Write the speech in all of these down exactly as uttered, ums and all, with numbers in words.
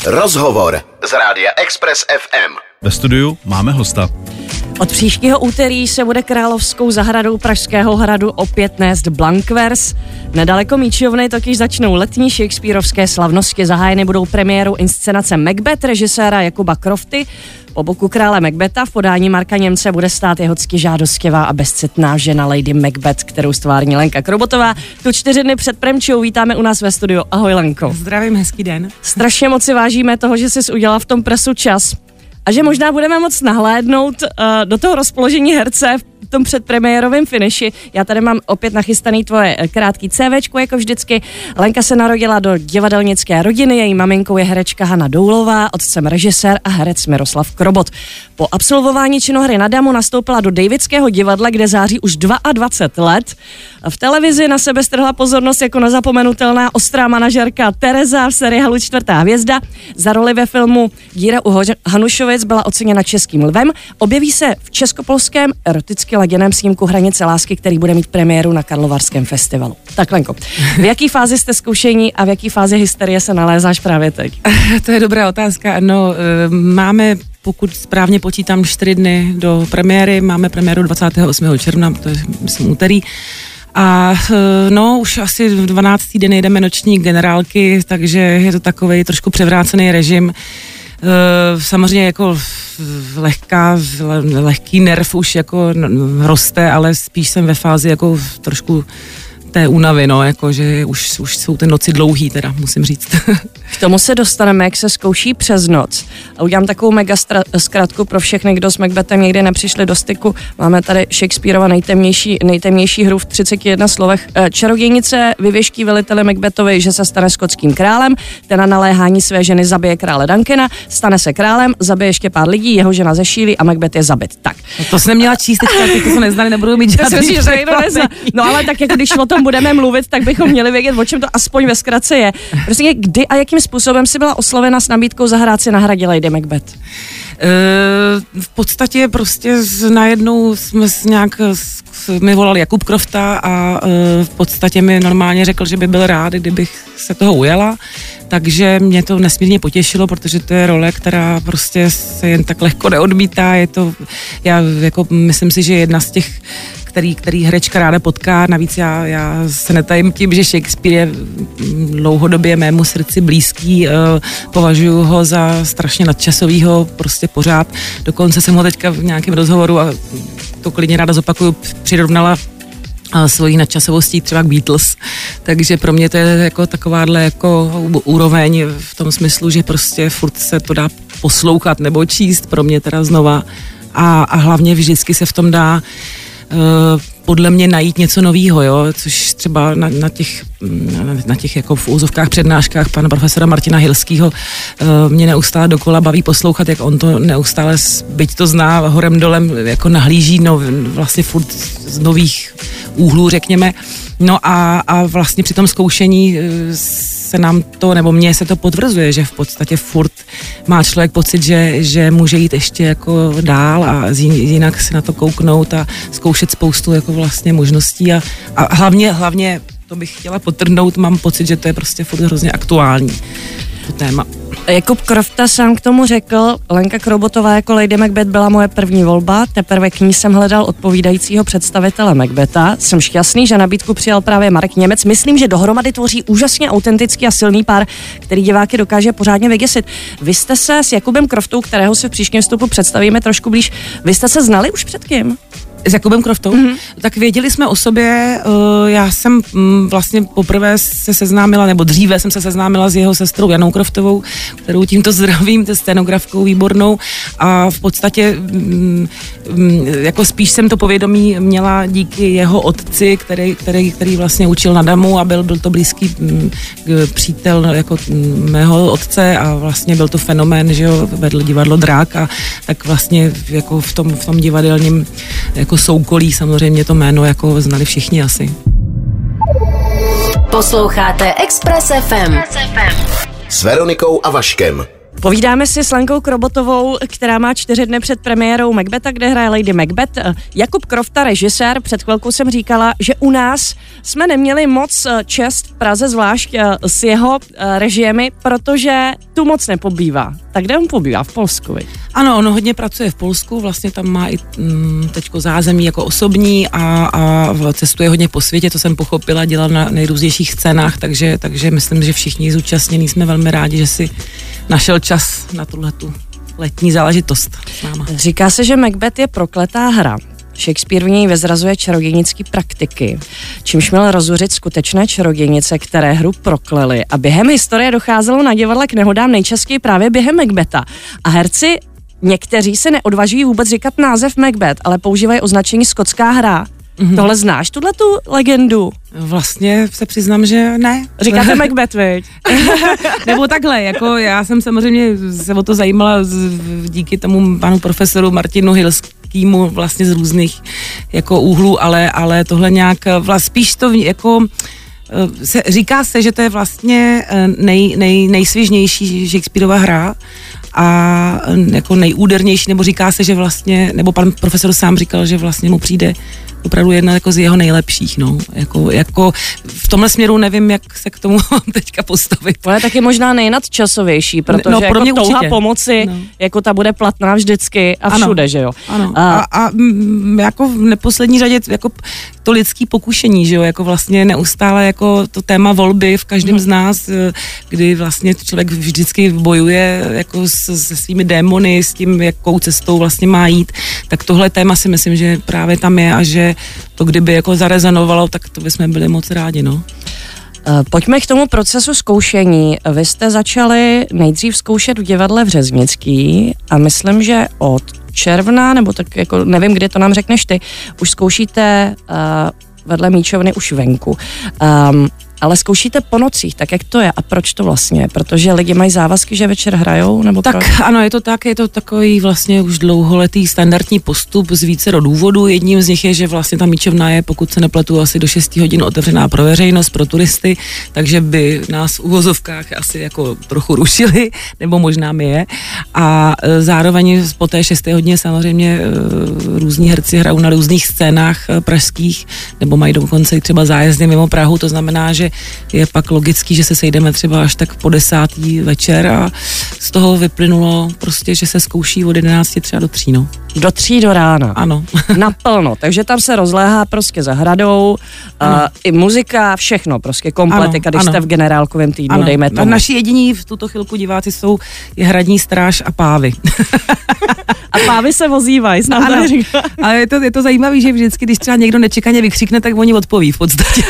Rozhovor z Rádia Express F M. Ve studiu máme hosta. Od příštího úterý se bude Královskou zahradou Pražského hradu opět nést Blankvers. Nedaleko Míčovny totiž začnou letní shakespearovské slavnosti. Zahájeny budou premiérou inscenace Macbeth režiséra Jakuba Crofty. Po boku krále Macbetha v podání Marka Němce bude stát jeho ctižádostivá a bezcitná žena Lady Macbeth, kterou stvární Lenka Krobotová. Tu čtyři dny před premiérou vítáme u nás ve studiu. Ahoj, Lenko. Zdravím, hezký den. Strašně moc si vážíme toho, že jsi udělala v tom presu čas. A že možná budeme moc nahlédnout uh, do toho rozpoložení herce v tom předpremiérovém finiši. Já tady mám opět nachystaný tvoje krátký CVčko, jako vždycky. Lenka se narodila do divadelnické rodiny, její maminkou je herečka Hana Doulová, otcem režisér a herec Miroslav Krobot. Po absolvování činohry na damu nastoupila do Davidského divadla, kde září už dvacet dva let. V televizi na sebe strhla pozornost jako nezapomenutelná ostrá manažerka Tereza v seriálu Čtvrtá hvězda. Za roli ve filmu Díra u Hanušovic byla oceněna Českým lvem. Objeví se v českopolském eroticky laděném snímku Hranice lásky, který bude mít premiéru na Karlovarském festivalu. Tak, Lenko, v jaký fázi jste zkoušení a v jaký fázi hysterie se nalézáš právě teď? To je dobrá otázka. No, máme, pokud správně počítám, čtyři dny do premiéry. Máme premiéru dvacátého osmého června, to je, myslím, úterý. A no, už asi v dvanáctý den jdeme noční generálky, takže je to takovej trošku převrácený režim. Samozřejmě jako lehká, lehký nerv už jako roste, ale spíš jsem ve fázi jako trošku té únavy, no, jako že už, už jsou ty noci dlouhý, teda musím říct. K tomu se dostaneme, jak se zkouší přes noc. A udělám takovou mega stra- zkratku pro všechny, kdo s Macbethem někdy nepřišli do styku. Máme tady Shakespeareova nejtemnější, nejtemnější hru v třiceti jedné slovech. Čarodějnice vyvěští veliteli Macbethovi, že se stane skotským králem, ten na naléhání své ženy zabije krále Duncana, stane se králem, zabije ještě pár lidí, jeho žena zešílí a Macbeth je zabit. Tak. No to jsem měla číst teďka, ty, co se neznali, nebudou mít žádný překvapení. No ale tak jako když o tom budeme mluvit, tak bychom měli vědět, o čem to aspoň ve zkratce je. Prostě kdy a jakým způsobem si byla oslovena s nabídkou zahrát si na hradě Lady Macbeth? Uh, v podstatě prostě najednou jsme s nějak mi volal Jakub Krofta a uh, v podstatě mi normálně řekl, že by byl rád, kdybych se toho ujela, takže mě to nesmírně potěšilo, protože to je role, která prostě se jen tak lehko neodmítá, je to, já jako myslím si, že jedna z těch Který, který herečka ráda potká. Navíc já, já se netajím tím, že Shakespeare je dlouhodobě mému srdci blízký. Uh, považuji ho za strašně nadčasovýho, prostě pořád. Dokonce jsem ho teďka v nějakém rozhovoru, a to klidně ráda zopakuju, přirovnala a svojí nadčasovostí třeba k Beatles, takže pro mě to je jako takováhle jako úroveň v tom smyslu, že prostě furt se to dá poslouchat nebo číst, pro mě teda znova a, a hlavně vždycky se v tom dá Uh, podle mě najít něco novýho, jo, což třeba na, na těch, na, na těch jako v úzovkách přednáškách pana profesora Martina Hilskýho uh, mě neustále dokola baví poslouchat, jak on to neustále, byť to zná horem dolem, jako nahlíží no, vlastně furt z nových úhlů, řekněme. No a, a vlastně při tom zkoušení se nám to, nebo mně se to potvrzuje, že v podstatě furt má člověk pocit, že, že může jít ještě jako dál a jinak se na to kouknout a zkoušet spoustu jako vlastně možností a, a hlavně, hlavně to bych chtěla podtrhnout, mám pocit, že to je prostě furt hrozně aktuální to téma. Jakub Krofta sám k tomu řekl, Lenka Krobotová jako Lady Macbeth byla moje první volba, teprve k ní jsem hledal odpovídajícího představitele Macbetha. Jsem šťastný, že nabídku přijal právě Marek Němec. Myslím, že dohromady tvoří úžasně autentický a silný pár, který diváky dokáže pořádně vyděsit. Vy jste se s Jakubem Kroftou, kterého se v příštím vstupu představíme trošku blíž, vy jste se znali už předtím? S Jakubem Kroftou? Mm-hmm. Tak věděli jsme o sobě, uh, já jsem um, vlastně poprvé se seznámila, nebo dříve jsem se seznámila s jeho sestrou Janou Kroftovou, kterou tímto zdravím, to scenografkou výbornou a v podstatě um, um, jako spíš jsem to povědomí měla díky jeho otci, který, který, který vlastně učil na damu a byl, byl to blízký um, přítel jako um, mého otce a vlastně byl to fenomén, že jo, vedl divadlo Drák a tak vlastně jako v tom, v tom divadelním jako soukolí samozřejmě to jméno jako znali všichni asi. Posloucháte Express F M s Veronikou a Vaškem. Povídáme si s Lenkou Krobotovou, která má čtyři dny před premiérou Macbetha, kde hraje Lady Macbeth. Jakub Krofta, režisér, před chvilkou jsem říkala, že u nás jsme neměli moc čest v Praze, zvlášť s jeho režiemi, protože tu moc nepobývá. Tak kde on pobývá? V Polsku, viď? Ano, on hodně pracuje v Polsku, vlastně tam má i mm, teďko zázemí jako osobní a, a cestuje hodně po světě, to jsem pochopila, dělal na nejrůznějších scénách, takže, takže myslím, že všichni zúčastnění jsme velmi rádi, že si našel čas na tuhletu letní záležitost s náma. Říká se, že Macbeth je prokletá hra. Shakespeare v něj vyzrazuje čarodějnické praktiky, čímž měl rozuřit skutečné čarodějnice, které hru proklely. A během historie docházelo na divadle k nehodám nejčastěji právě během Macbetha. A herci někteří se neodvažují vůbec říkat název Macbeth, ale používají označení skotská hra. Mm-hmm. Tohle znáš, tuhle tu legendu? Vlastně se přiznám, že ne. Říkáte Macbeth, viď? Nebo takhle, jako já jsem samozřejmě se o to zajímala z, díky tomu panu profesoru Martinu Hilskýmu vlastně z různých jako úhlů, ale, ale tohle nějak, vlastně spíš to jako se, říká se, že to je vlastně nej, nej, nejsvěžnější Shakespearova hra a jako nejúdernější, nebo říká se, že vlastně, nebo pan profesor sám říkal, že vlastně mu přijde opravdu jedna jako z jeho nejlepších, no. Jako, jako v tomhle směru nevím, jak se k tomu teďka postavit. To je taky možná nejnadčasovější, protože no, pro mě jako touha určitě. Pomoci, no. Jako ta bude platná vždycky a všude, ano, že jo. Ano. A, a m, jako v neposlední řadě jako to lidský pokušení, že jo, jako vlastně neustále jako to téma volby v každém hmm. z nás, kdy vlastně člověk vždycky bojuje jako s, se svými démony, s tím, jakou cestou vlastně má jít, tak tohle téma si myslím, že právě tam je a že to kdyby jako zarezonovalo, tak to bychom byli moc rádi, no. Pojďme k tomu procesu zkoušení. Vy jste začali nejdřív zkoušet v divadle v Řeznický a myslím, že od června, nebo tak jako nevím, kdy to nám řekneš ty, už zkoušíte uh, vedle Míčovny už venku. Um, ale zkoušíte po nocích, tak jak to je a proč to vlastně? Protože lidi mají závazky, že večer hrajou, nebo tak proč? Ano, je to tak, je to takový vlastně už dlouholetý standardní postup z vícero důvodů. Jedním z nich je, že vlastně ta Míčovna je, pokud se nepletu, asi do šesti hodin otevřená pro veřejnost, pro turisty, takže by nás v uvozovkách asi jako trochu rušili, nebo možná my je. A zároveň po té šesté hodině samozřejmě různí herci hrajou na různých scénách pražských, nebo mají dokonce i třeba zájezdy mimo Prahu, to znamená, že je pak logický, že se sejdeme třeba až tak po desátý večer a z toho vyplynulo prostě, že se zkouší od jedenácti třeba do tří, no. Do tří do rána. Ano. Naplno, takže tam se rozléhá prostě za hradou, uh, i muzika, všechno, prostě kompletika, když ano. jste v generálkovém týdnu, ano. dejme tomu. Naši jediní v tuto chvilku diváci jsou je hradní stráž a pávy. A pávy se vozívají, znám ano, tady říká. ale je to, je to zajímavé, že vždycky, když třeba někdo nečekaně vykřikne, tak oni odpoví v podstatě.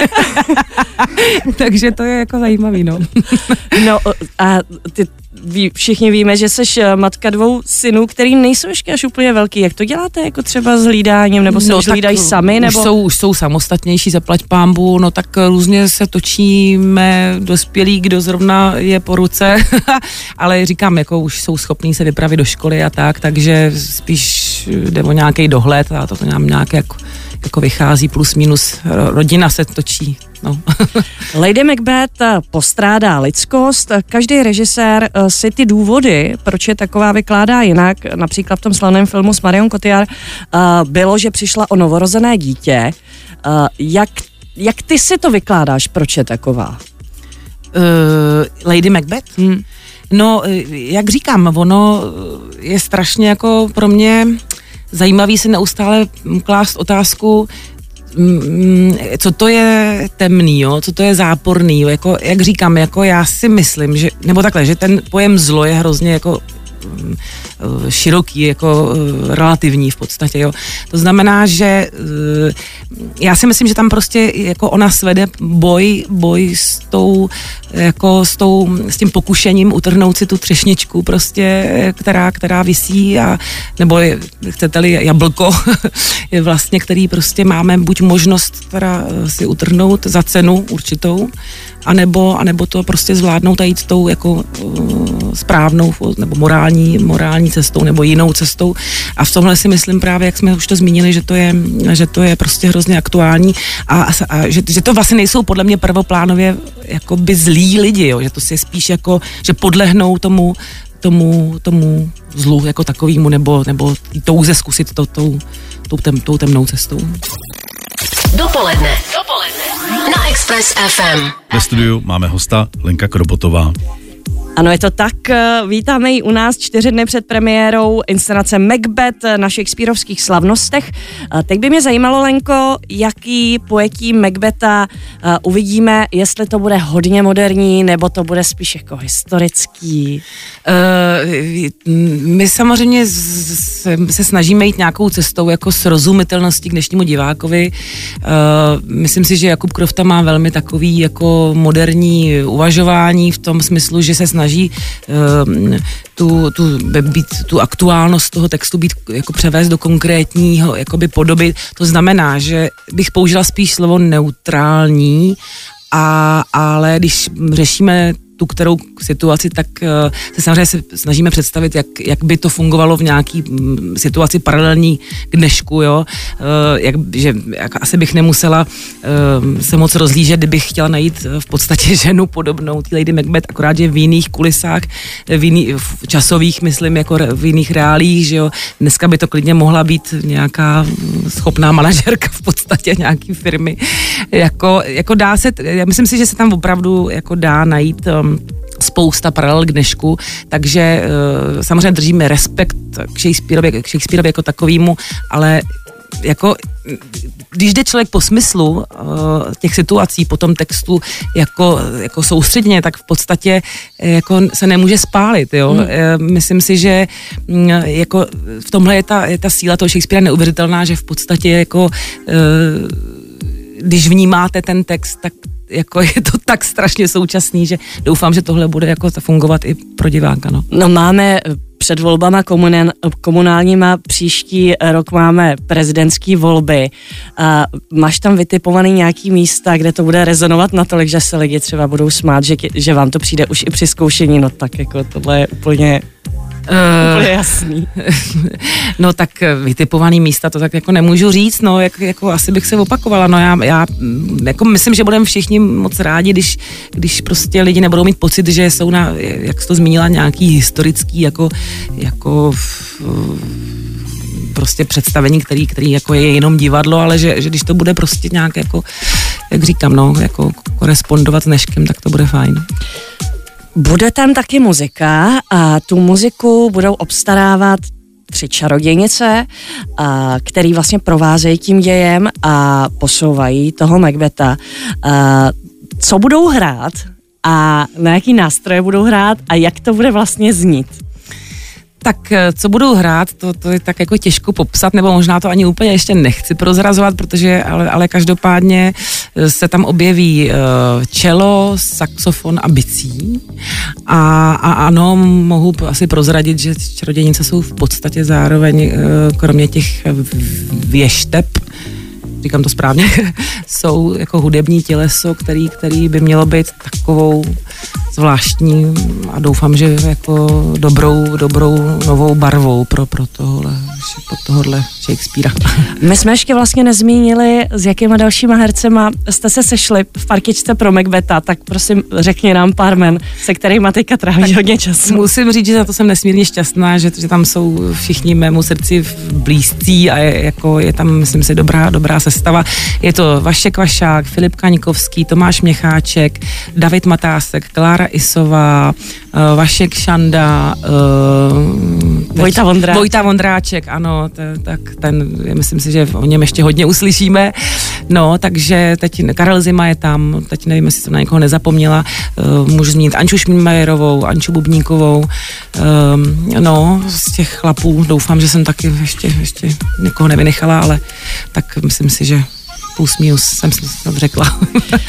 Takže to je jako zajímavý, no. No a ty ví, všichni víme, že seš matka dvou synů, který nejsou ještě až úplně velký. Jak to děláte jako třeba s hlídáním, nebo se no, už hlídají sami? Nebo? Už, jsou, už jsou samostatnější, zaplať pánbu, no tak různě se točíme dospělí, kdo zrovna je po ruce, ale říkám, jako už jsou schopní se vypravit do školy a tak, takže spíš jde o nějaký dohled a to nám nějak jako, jako vychází plus minus, rodina se točí. No. Lady Macbeth postrádá lidskost. Každý režisér si ty důvody, proč je taková, vykládá jinak. Například v tom slavném filmu s Marion Cotillard bylo, že přišla o novorozené dítě. Jak, jak ty si to vykládáš, proč je taková? Uh, Lady Macbeth? Hmm. No, jak říkám, ono je strašně jako pro mě zajímavý si neustále klást otázku, co to je temný, jo? Co to je záporný, jo? Jako, jak říkám, jako já si myslím, že, nebo takhle, že ten pojem zlo je hrozně jako široký, jako relativní v podstatě, jo. To znamená, že já si myslím, že tam prostě jako ona svede boj, boj s tou, jako s tou, s tím pokušením utrhnout si tu třešničku prostě, která, která visí a, nebo je, chcete-li jablko, je vlastně, který prostě máme buď možnost teda si utrhnout za cenu určitou, anebo, anebo to prostě zvládnout a jít tou jako uh, správnou nebo morální, morální cestou nebo jinou cestou. A v tomhle si myslím právě, jak jsme už to zmínili, že to je, že to je prostě hrozně aktuální a, a, a že, že to vlastně nejsou podle mě prvoplánově jakoby zlí lidi, jo, že to si je spíš jako, že podlehnou tomu tomu, tomu zlu jako takovýmu, nebo, nebo touze zkusit to, tou, tou, tem, tou temnou cestou. Dopoledne. Dopoledne. Na Express F M. Ve studiu máme hosta Lenka Krobotová. Ano, je to tak. Vítáme ji u nás čtyři dny před premiérou inscenace Macbeth na Shakespearovských slavnostech. Teď by mě zajímalo, Lenko, jaký pojetí Macbetha uvidíme, jestli to bude hodně moderní, nebo to bude spíš jako historický. Uh, my samozřejmě se, se snažíme jít nějakou cestou jako srozumitelností k dnešnímu divákovi. Uh, myslím si, že Jakub Krofta má velmi takový jako moderní uvažování v tom smyslu, že se snaží uh, tu, tu, být, tu aktuálnost toho textu být jako převést do konkrétního jakoby podoby. To znamená, že bych použila spíš slovo neutrální, a, ale když řešíme tu kterou situaci, tak uh, se samozřejmě se snažíme představit, jak, jak by to fungovalo v nějaký um, situaci paralelní k dnešku, jo. Uh, jak, že jak, asi bych nemusela uh, se moc rozhlížet, kdybych chtěla najít uh, v podstatě ženu podobnou té Lady Macbeth, akorát, že v jiných kulisách, v jiných v časových, myslím, jako v jiných reálích, že jo. Dneska by to klidně mohla být nějaká schopná manažerka v podstatě nějaký firmy. Jako, jako dá se, já myslím si, že se tam opravdu jako dá najít um, spousta paralel k dnešku, takže uh, samozřejmě držíme respekt k Shakespeareovi, k Shakespeareovi jako takovýmu, ale jako, když jde člověk po smyslu uh, těch situací, po tom textu jako, jako soustředně, tak v podstatě jako se nemůže spálit, jo. Hmm. Uh, myslím si, že um, jako v tomhle je ta, je ta síla toho Shakespearea neuvěřitelná, že v podstatě jako uh, když vnímáte ten text, tak jako je to tak strašně současný, že doufám, že tohle bude jako fungovat i pro diváka. No, no máme před volbama komunál, komunálníma, příští rok máme prezidentské volby. A máš tam vytipovaný nějaký místa, kde to bude rezonovat natolik, že se lidi třeba budou smát, že, že vám to přijde už i při zkoušení, no tak jako tohle je úplně... Uh, Úplně jasný. No tak vytipovaný místa, to tak jako nemůžu říct, no jak, jako asi bych se opakovala, no já, já jako myslím, že budeme všichni moc rádi, když, když prostě lidi nebudou mít pocit, že jsou na, jak jsi to zmínila, nějaký historický jako, jako prostě představení, který, který jako je jenom divadlo, ale že, že když to bude prostě nějak jako, jak říkám, no, jako korespondovat s dneškem, tak to bude fajn. Bude tam taky muzika a tu muziku budou obstarávat tři čarodějnice, a, který vlastně provázejí tím dějem a posouvají toho Macbetha. A, co budou hrát a na jaký nástroje budou hrát a jak to bude vlastně znít? Tak co budou hrát, to, to je tak jako těžko popsat, nebo možná to ani úplně ještě nechci prozrazovat, protože, ale, ale každopádně se tam objeví uh, cello, saxofon a bicí. A, a ano, mohu asi prozradit, že čarodějnice jsou v podstatě zároveň, uh, kromě těch věšteb, říkám to správně, jsou jako hudební těleso, který, který by mělo být takovou zvláštní a doufám, že jako dobrou, dobrou novou barvou pro, pro tohle, pro tohle Shakespearea. My jsme ještě vlastně nezmínili, s jakýma dalšíma hercema jste se sešli v parkičce pro Macbetha, tak prosím řekni nám pár men, se kterýma teďka trávíš hodně času. Musím říct, že za to jsem nesmírně šťastná, že, že tam jsou všichni mému srdci blízcí a je, jako je tam, myslím si, dobrá, dobrá sestava. Je to Vašek Vašák, Filip Kaňkovský, Tomáš Měcháček, David Matásek, Klára Isová, uh, Vašek Šanda, uh, Vojta Vondráček. Vojta Vondráček, ano, t- tak ten, myslím si, že o něm ještě hodně uslyšíme. No, takže teď Karel Zima je tam, teď nevím, jestli jsem na někoho nezapomněla, uh, můžu zmínit Anču Šmímajerovou, Anču Bubníkovou, um, no, z těch chlapů, doufám, že jsem taky ještě, ještě někoho nevynechala, ale tak myslím si, že plus minus jsem si to řekla.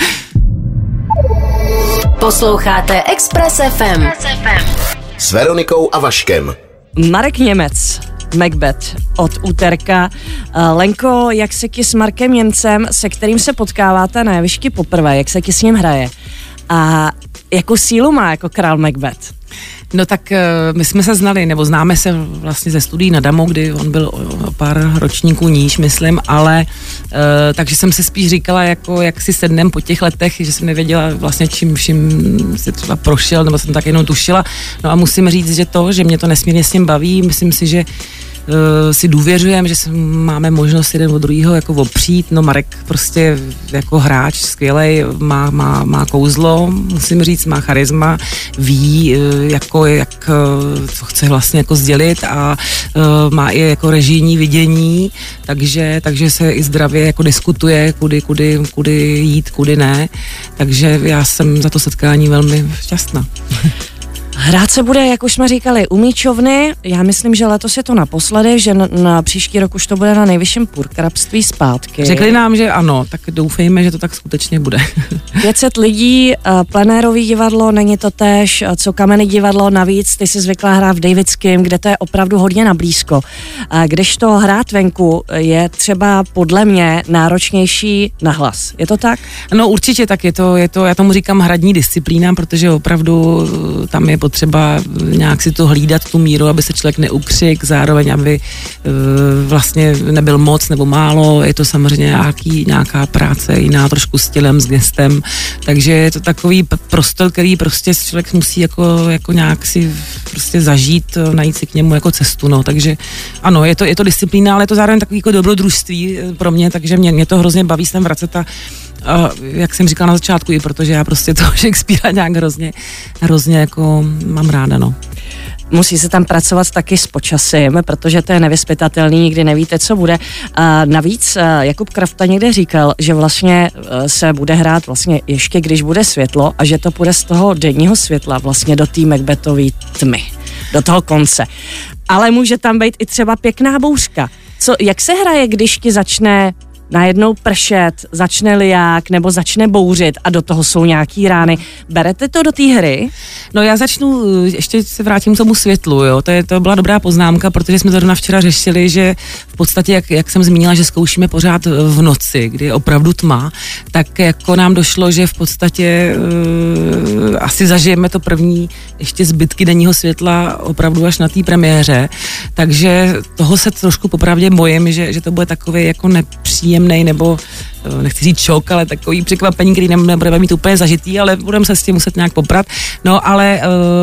Posloucháte Express F M. S Veronikou a Vaškem. Marek Němec, Macbeth od úterka. Lenko, jak se ti s Markem Němcem, se kterým se potkáváte na jevišti poprvé, jak se ti s ním hraje? A jakou sílu má jako král Macbeth? No tak my jsme se znali, nebo známe se vlastně ze studií na Damu, kdy on byl o pár ročníků níž, myslím, ale uh, takže jsem se spíš říkala, jako jak si sednem po těch letech, že jsem nevěděla vlastně čím vším si třeba prošel, nebo jsem tak jenom tušila. No a musím říct, že to, že mě to nesmírně s ním baví, myslím si, že Uh, si důvěřujeme, že máme možnost jeden od druhého jako opřít. No Marek prostě jako hráč skvělej, má, má, má kouzlo, musím říct, má charisma, ví uh, jako jak, uh, co chce vlastně jako sdělit a uh, má i jako režijní vidění, takže, takže se i zdravě jako diskutuje, kudy, kudy, kudy jít, kudy ne. Takže já jsem za to setkání velmi šťastná. Hrát se bude, jak už jsme říkali, u Míčovny. Já myslím, že letos je to naposledy, že na, na příští rok už to bude na Nejvyšším purkrabství zpátky. Řekli nám, že ano, tak doufejme, že to tak skutečně bude. pět set lidí, plenérový divadlo, není to též, co Kameny divadlo, navíc ty jsi zvyklá hrát v Davidském, kde to je opravdu hodně nablízko. Když to hrát venku je třeba podle mě náročnější na hlas. Je to tak? No určitě tak, je to, je to, já tomu říkám hradní disciplína, protože opravdu tam je potřeba nějak si to hlídat, tu míru, aby se člověk neukřik, zároveň, aby e, vlastně nebyl moc nebo málo, je to samozřejmě nějaký, nějaká práce jiná, trošku stylem, s gestem, takže je to takový prostor, který prostě člověk musí jako, jako nějak si prostě zažít, najít si k němu jako cestu, no, takže ano, je to, je to disciplína, ale je to zároveň takový jako dobrodružství pro mě, takže mě, mě to hrozně baví sem vracet a Uh, jak jsem říkala na začátku, i protože já prostě toho Shakespearea nějak hrozně, hrozně jako mám ráda, no. Musí se tam pracovat taky s počasím, protože to je nevyzpytatelný, nikdy nevíte, co bude. A navíc Jakub Krafta někde říkal, že vlastně se bude hrát vlastně ještě, když bude světlo a že to půjde z toho denního světla vlastně do té Macbethové tmy, do toho konce. Ale může tam být i třeba pěkná bouřka. Co, jak se hraje, když ti začne najednou pršet, začne liják nebo začne bouřit a do toho jsou nějaký rány. Berete to do té hry? No já začnu, ještě se vrátím k tomu světlu, jo. To, je, to byla dobrá poznámka, protože jsme zrovna včera řešili, že v podstatě, jak, jak jsem zmínila, že zkoušíme pořád v noci, kdy je opravdu tma, tak jako nám došlo, že v podstatě uh, asi zažijeme to první ještě zbytky denního světla opravdu až na té premiéře, takže toho se trošku popravdě bojím, že, že to bude takový jako nepříjemný nebo nechci říct šok, ale takový překvapení, který nebudeme mít úplně zažitý, ale budeme se s tím muset nějak poprat. No ale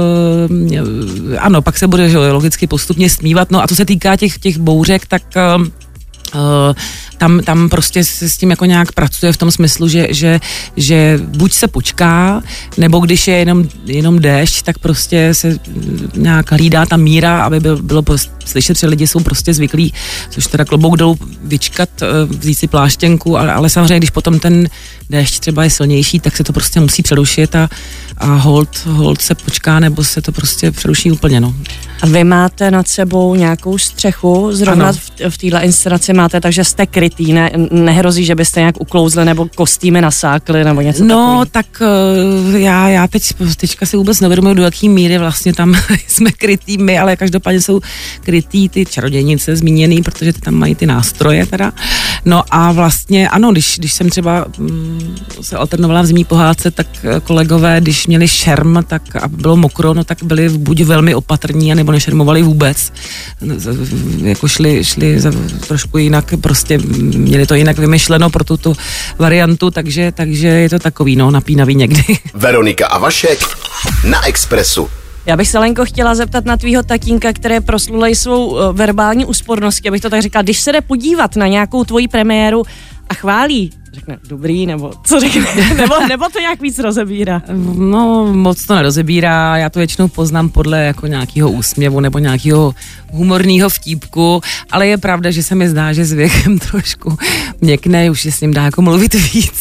uh, ano, pak se bude že, logicky postupně stmívat. No a co se týká těch, těch bouřek, tak uh, Uh, tam, tam prostě se s tím jako nějak pracuje v tom smyslu, že, že, že buď se počká, nebo když je jenom, jenom déšť, tak prostě se nějak hlídá ta míra, aby bylo, bylo slyšet, že lidi jsou prostě zvyklí, což teda klobouk dolů vyčkat, vzít si pláštěnku, ale, ale samozřejmě, když potom ten déšť třeba je silnější, tak se to prostě musí přerušit a, a hold, hold se počká, nebo se to prostě přeruší úplně, no. A vy máte nad sebou nějakou střechu, zrovna ano. v, v téhle inscenaci máte, takže jste krytý, ne, nehrozí, že byste nějak uklouzli nebo kostýmy nasákli nebo něco No, takový. tak já, já teď, teďka si vůbec nevědomuji, do jaký míry vlastně tam jsme krytý my, ale každopádně jsou krytý ty čarodějnice zmíněný, protože ty tam mají ty nástroje teda. No a vlastně ano, když, když jsem třeba mm, se alternovala v zimní pohádce, tak kolegové, když měli šerm, tak a bylo mokro, no tak byli buď velmi opatrní, nebo nešermovali vůbec. Jako šli, šli za, trošku jinak, prostě měli to jinak vymyšleno pro tuto variantu, takže, takže je to takový, no, napínavý někdy. Veronika a Vašek na Expressu. Já bych se, Lenko, chtěla zeptat na tvýho tatínka, které proslulej svou uh, verbální úsporností, abych to tak říkala, když se jde podívat na nějakou tvoji premiéru a chválí, řekne dobrý, nebo co řekne, nebo, nebo to nějak víc rozebírá? No, moc to nerozebírá, já to většinou poznám podle jako nějakého úsměvu nebo nějakého humorného vtípku, ale je pravda, že se mi zdá, že s věkem trošku měkne, už je s ním dá jako mluvit víc.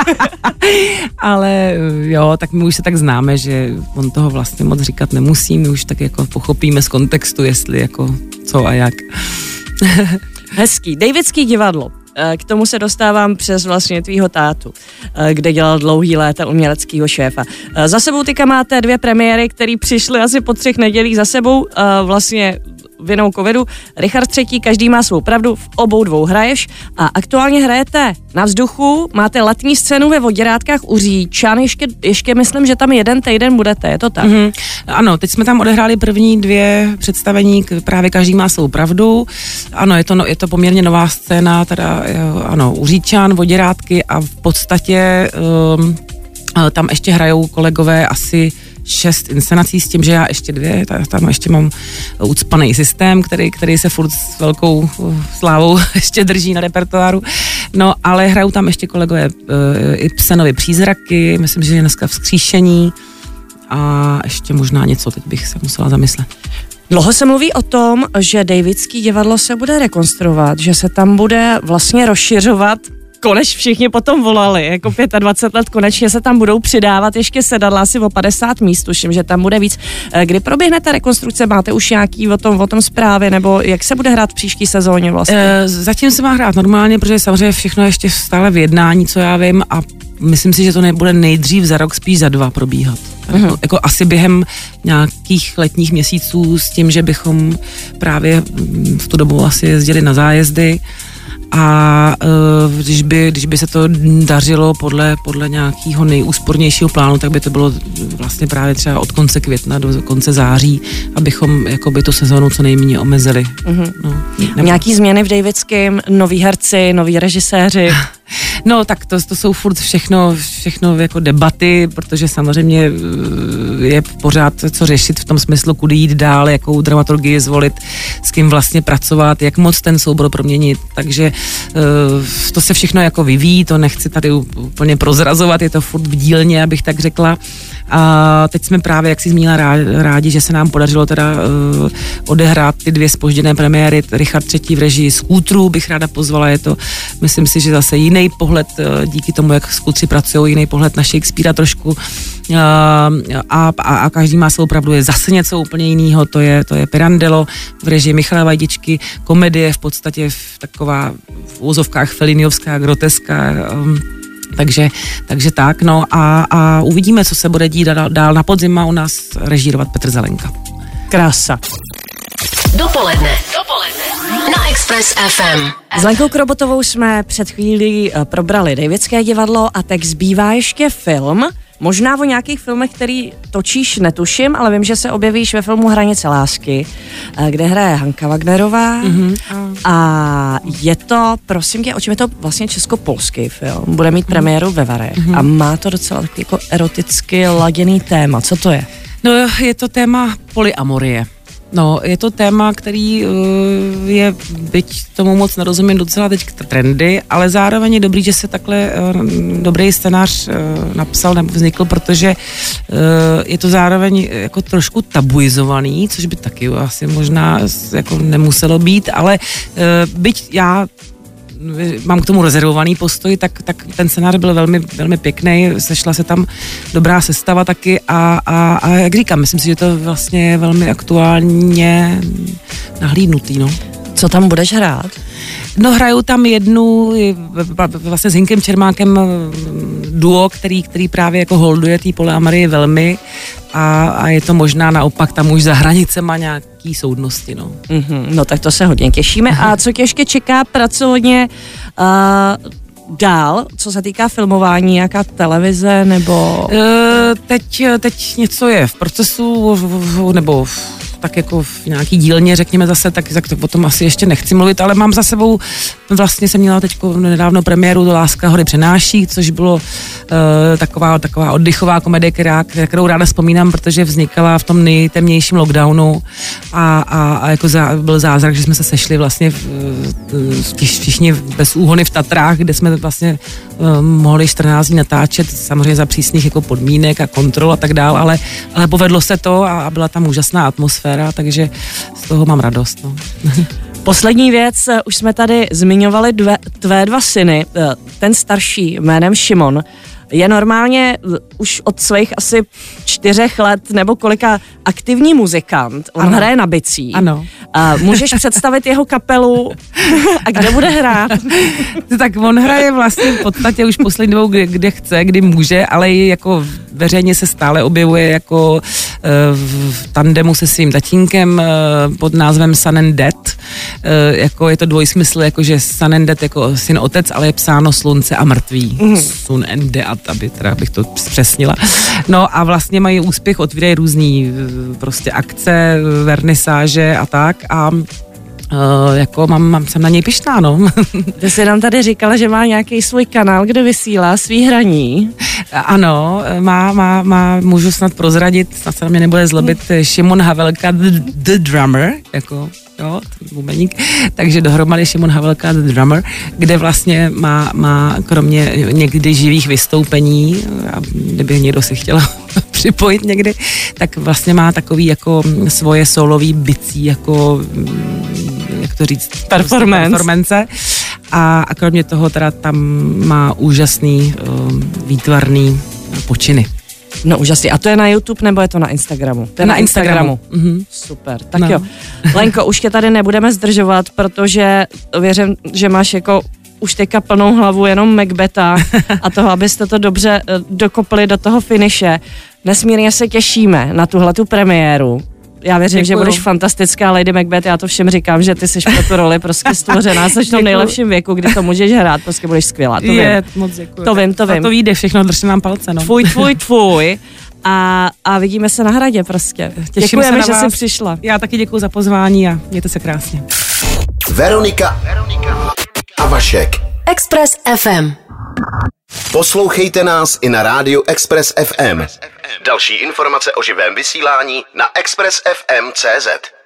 Ale jo, tak my už se tak známe, že on toho vlastně moc říkat nemusí, my už tak jako pochopíme z kontextu, jestli jako co a jak. Hezký. Davidský divadlo. K tomu se dostávám přes vlastně tvýho tátu, kde dělal dlouhý léta uměleckýho šéfa. Za sebou teďka máte dvě premiéry, které přišly asi po třech nedělích za sebou. Vlastně vinou covidu. Richard třetí, každý má svou pravdu, v obou dvou hraješ a aktuálně hrajete na vzduchu, máte letní scénu ve Voděrátkách u Říčan, ještě, ještě myslím, že tam jeden týden budete, je to tak? Mm-hmm. Ano, teď jsme tam odehráli první dvě představení, právě každý má svou pravdu. Ano, je to, no, je to poměrně nová scéna, teda ano, u Říčan, Voděrátky a v podstatě um, tam ještě hrajou kolegové asi šest inscenací s tím, že já ještě dvě, tam ještě mám ucpaný systém, který, který se furt s velkou slávou ještě drží na repertoáru. No, ale hrajou tam ještě kolegové i Psenovi přízraky, myslím, že je dneska vzkříšení a ještě možná něco, teď bych se musela zamyslet. Dlouho se mluví o tom, že Davidský divadlo se bude rekonstruovat, že se tam bude vlastně rozšiřovat. Konečně všichni potom volali, jako dvacet pět let, konečně se tam budou přidávat ještě sedadla asi o padesát míst, tuším, že tam bude víc. Kdy proběhne ta rekonstrukce, máte už nějaký o tom, o tom zprávy, nebo jak se bude hrát v příští sezóně vlastně? E, zatím se má hrát normálně, protože samozřejmě všechno ještě stále v jednání, co já vím, a myslím si, že to nebude nejdřív za rok, spíš za dva probíhat. Uh-huh. Jako, jako asi během nějakých letních měsíců s tím, že bychom právě v tu dobu asi jezdili na zájezdy. A uh, když, by, když by se to dařilo podle, podle nějakého nejúspornějšího plánu, tak by to bylo vlastně právě třeba od konce května do konce září, abychom jakoby tu sezónu co nejméně omezili. Mm-hmm. No, nějaký změny v Davidském, noví herci, noví režiséři? No tak to, to jsou furt všechno, všechno jako debaty, protože samozřejmě je pořád co řešit v tom smyslu, kudy jít dál, jakou dramaturgii zvolit, s kým vlastně pracovat, jak moc ten soubor proměnit, takže to se všechno jako vyvíjí, to nechci tady úplně prozrazovat, je to furt v dílně, abych tak řekla. A teď jsme právě, jak jsi zmínila, rádi, že se nám podařilo teda uh, odehrát ty dvě zpožděné premiéry. Richard třetí v režii Skútrů bych ráda pozvala, je to, myslím si, že zase jiný pohled, uh, díky tomu, jak Skútři pracují, jiný pohled na Shakespearea trošku uh, a, a, a každý má svou pravdu, je zase něco úplně jiného, to je, to je Pirandello v režii Michala Vajdičky, komedie v podstatě v taková v úzovkách feliniovská, groteska, um, Takže, takže tak, no a, a uvidíme, co se bude dít dál, dál na podzim a u nás režírovat Petr Zelenka. Krása. Dopoledne. Dopoledne. Na Express ef em. S Lenkou Krobotovou jsme před chvílí probrali Davidské divadlo a teď zbývá ještě film. Možná o nějakých filmech, který točíš, netuším, ale vím, že se objevíš ve filmu Hranice lásky, kde hraje Hanka Wagnerová. Mm-hmm. A je to, prosím tě, o čem je to vlastně česko-polský film. Bude mít premiéru ve Varech mm-hmm. a má to docela takový jako eroticky laděný téma. Co to je? No, je to téma polyamorie. No, je to téma, který uh, je, byť tomu moc nerozumím, docela teď trendy, ale zároveň je dobrý, že se takhle uh, dobrý scénář uh, napsal nebo vznikl, protože uh, je to zároveň jako trošku tabuizovaný, což by taky asi možná jako nemuselo být, ale uh, byť já mám k tomu rezervovaný postoj, tak, tak ten scénář byl velmi, velmi pěkný, sešla se tam dobrá sestava taky a, a, a jak říkám, myslím si, že to vlastně je velmi aktuálně nahlídnutý, no. Co tam budeš hrát? No, hraju tam jednu, vlastně s Hinkem Čermákem duo, který, který právě jako holduje té polyamorii velmi a, a je to možná naopak tam už za hranicema nějaký soudnosti, no. Mm-hmm, no tak to se hodně těšíme. A co tě ještě čeká pracovně uh, dál, co se týká filmování, nějaká televize nebo... Uh, teď, teď něco je v procesu, nebo tak jako v nějaký dílně, řekněme zase, tak, tak to o tom asi ještě nechci mluvit, ale mám za sebou, vlastně jsem měla teď nedávno premiéru Láska hory přenáší, což bylo uh, taková, taková oddychová komedie, která, kterou ráda vzpomínám, protože vznikala v tom nejtemnějším lockdownu a, a, a jako zá, byl zázrak, že jsme se sešli vlastně v, v, všichni bez úhony v Tatrách, kde jsme vlastně uh, mohli čtrnáct dní natáčet, samozřejmě za přísných jako podmínek a kontrol a tak dál, ale, ale povedlo se to a, a byla tam úžasná atmosféra, takže z toho mám radost. No. Poslední věc, už jsme tady zmiňovali dve, tvé dva syny, ten starší jménem Šimon, je normálně už od svých asi čtyřech let nebo kolika aktivní muzikant. On ano. hraje na bicí. Ano. A můžeš představit jeho kapelu a kde bude hrát? Tak on hraje vlastně v podstatě už poslední dobou, kde, kde chce, kdy může, ale i jako veřejně se stále objevuje jako v tandemu se svým tatínkem pod názvem Son and Dad. Jako je to dvojsmysl, jakože Son and Dad jako syn otec, ale je psáno slunce a mrtvý. Mm. Son and Dad, aby teda bych to zpřesnila. No a vlastně mají úspěch, otvírají různý prostě akce, vernisáže a tak a Uh, jako mám, mám, jsem na něj pyšná, no. Ty jsi nám tady říkala, že má nějaký svůj kanál, kde vysílá svý hraní. Ano, má, má, má, můžu snad prozradit, snad se na mě nebude zlobit, Šimon Havelka, the, the drummer, jako, jo, bubeník, takže dohromady Šimon Havelka, the drummer, kde vlastně má, má kromě někdy živých vystoupení, a kdyby někdo si chtěl připojit někdy, tak vlastně má takový jako svoje solový bicí, jako jak to říct, performance. performance. A, a kromě toho teda tam má úžasný um, výtvarný počiny. No úžasný. A to je na YouTube nebo je to na Instagramu? To je na, na Instagramu. Instagramu. Mm-hmm. Super. Tak no. jo. Lenko, už tě tady nebudeme zdržovat, protože věřím, že máš jako už teďka plnou hlavu jenom Macbeta a toho, abyste to dobře dokopli do toho finiše. Nesmírně se těšíme na tuhletu premiéru. Já věřím, Děkuju. že budeš fantastická Lady Macbeth, já to všem říkám, že ty jsi pro tu roli prostě stvořená, jsi v tom nejlepším věku, kdy to můžeš hrát, prostě budeš skvělá, to Je, vím. moc děkuju. To vím, to vím. A to vyjde všechno, držte nám palce, no. Tvůj, tvůj, tvůj. A, a vidíme se na hradě prostě. Těším Děkujeme, se na že vás. jsi přišla. Já taky děkuju za pozvání a mějte se krásně. Veronika, Veronika a Vašek. Express ef em. Poslouchejte nás i na rádiu Express ef em. Další informace o živém vysílání na express ef em tečka cé zet.